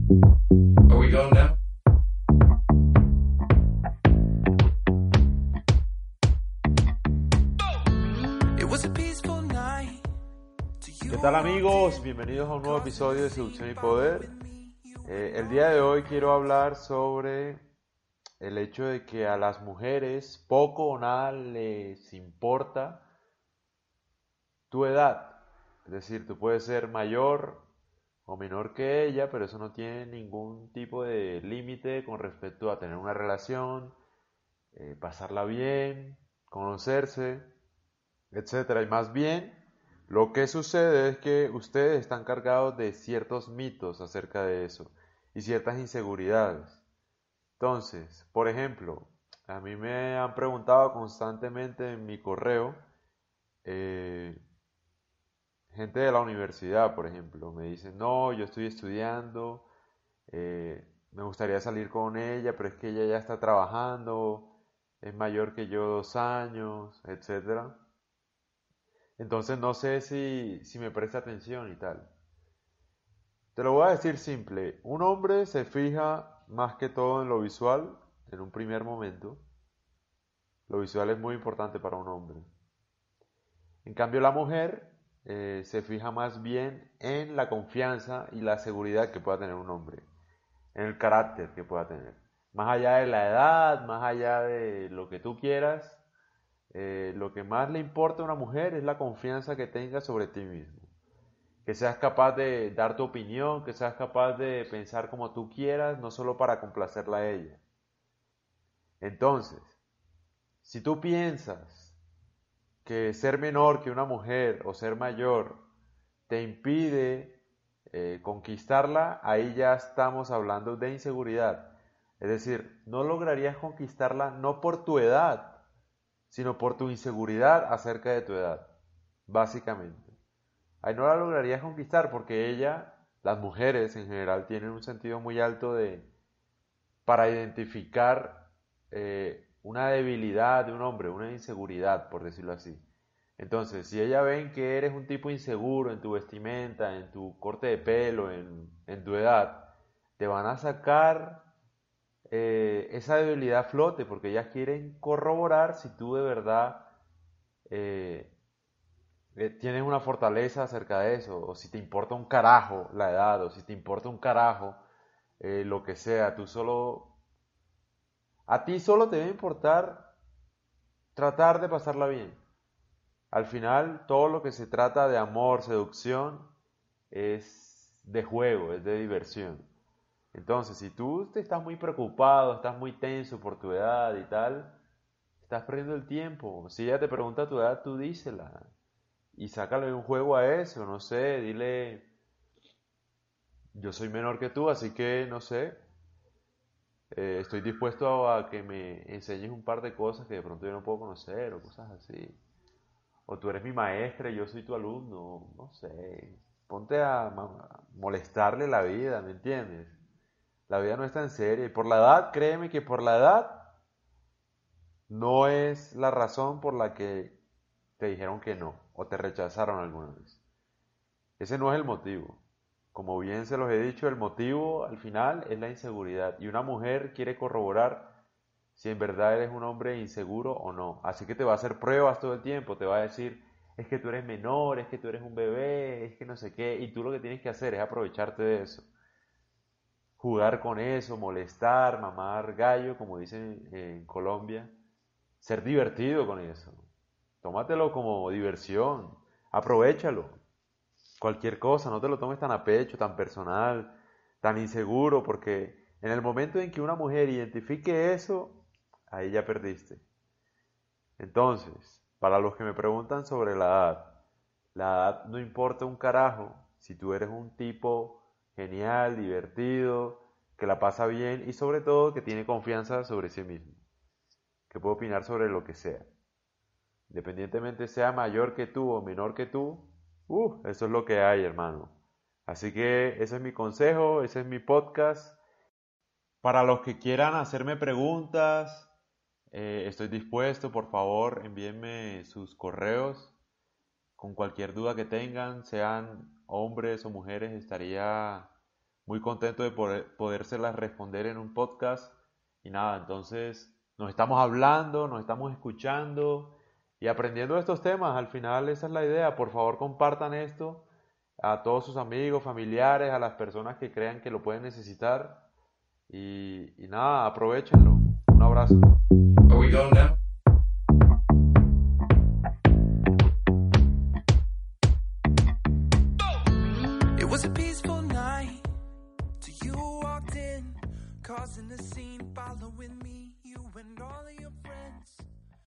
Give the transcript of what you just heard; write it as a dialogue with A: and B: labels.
A: Are we going now?
B: ¿Qué tal amigos? Bienvenidos a un nuevo episodio de Seducción y Poder. El día de hoy quiero hablar sobre el hecho de que a las mujeres poco o nada les importa tu edad. Es decir, tú puedes ser mayor o menor que ella, pero eso no tiene ningún tipo de límite con respecto a tener una relación, pasarla bien, conocerse, etcétera. Y más bien, lo que sucede es que ustedes están cargados de ciertos mitos acerca de eso y ciertas inseguridades. Entonces, por ejemplo, a mí me han preguntado constantemente en mi correo, eh, gente de la universidad, por ejemplo, me dicen, no, yo estoy estudiando, me gustaría salir con ella, pero es que ella ya está trabajando, es mayor que yo 2 años, etcétera. Entonces no sé si me presta atención y tal. Te lo voy a decir simple. Un hombre se fija más que todo en lo visual en un primer momento. Lo visual es muy importante para un hombre. En cambio la mujer se fija más bien en la confianza y la seguridad que pueda tener un hombre. En el carácter que pueda tener. Más allá de la edad, más allá de lo que tú quieras, lo que más le importa a una mujer es la confianza que tenga sobre ti mismo. Que seas capaz de dar tu opinión, que seas capaz de pensar como tú quieras, no solo para complacerla a ella. Entonces, si tú piensas que ser menor que una mujer o ser mayor te impide conquistarla, ahí ya estamos hablando de inseguridad. Es decir, no lograrías conquistarla no por tu edad, sino por tu inseguridad acerca de tu edad, básicamente. Ahí no la lograrías conquistar porque las mujeres en general, tienen un sentido muy alto para identificar una debilidad de un hombre, una inseguridad, por decirlo así. Entonces, si ellas ven que eres un tipo inseguro en tu vestimenta, en tu corte de pelo, en tu edad, te van a sacar esa debilidad a flote porque ellas quieren corroborar si tú de verdad eh, tienes una fortaleza acerca de eso, o si te importa un carajo la edad, o si te importa un carajo lo que sea, a ti solo te debe importar tratar de pasarla bien. Al final, todo lo que se trata de amor, seducción, es de juego, es de diversión. Entonces, si tú te estás muy preocupado, estás muy tenso por tu edad y tal, estás perdiendo el tiempo. Si ella te pregunta tu edad, tú dísela. Y sácale un juego a eso, no sé, dile, yo soy menor que tú, así que no sé, estoy dispuesto a que me enseñes un par de cosas que de pronto yo no puedo conocer o cosas así. O tú eres mi maestra y yo soy tu alumno, no sé. Ponte a molestarle la vida, ¿me entiendes? La vida no es tan seria. Y por la edad, créeme que por la edad no es la razón por la que te dijeron que no o te rechazaron alguna vez. Ese no es el motivo. Como bien se los he dicho, el motivo al final es la inseguridad. Y una mujer quiere corroborar si en verdad eres un hombre inseguro o no. Así que te va a hacer pruebas todo el tiempo. Te va a decir, es que tú eres menor, es que tú eres un bebé, es que no sé qué. Y tú lo que tienes que hacer es aprovecharte de eso. Jugar con eso, molestar, mamar gallo, como dicen en Colombia. Ser divertido con eso. Tómatelo como diversión. Aprovéchalo. Cualquier cosa, no te lo tomes tan a pecho, tan personal, tan inseguro, porque en el momento en que una mujer identifique eso, ahí ya perdiste. Entonces, para los que me preguntan sobre la edad no importa un carajo si tú eres un tipo genial, divertido, que la pasa bien y sobre todo que tiene confianza sobre sí mismo, que puede opinar sobre lo que sea. Independientemente sea mayor que tú o menor que tú, eso es lo que hay, hermano. Así que ese es mi consejo, ese es mi podcast. Para los que quieran hacerme preguntas, estoy dispuesto, por favor, envíenme sus correos con cualquier duda que tengan, sean hombres o mujeres, estaría muy contento de podérselas responder en un podcast. Y nada, entonces nos estamos hablando, nos estamos escuchando y aprendiendo de estos temas. Al final esa es la idea. Por favor, compartan esto a todos sus amigos, familiares, a las personas que crean que lo pueden necesitar. Y nada, aprovechenlo. Un abrazo.
A: Are we going now?
C: It was a peaceful night till you walked in, causing a scene, following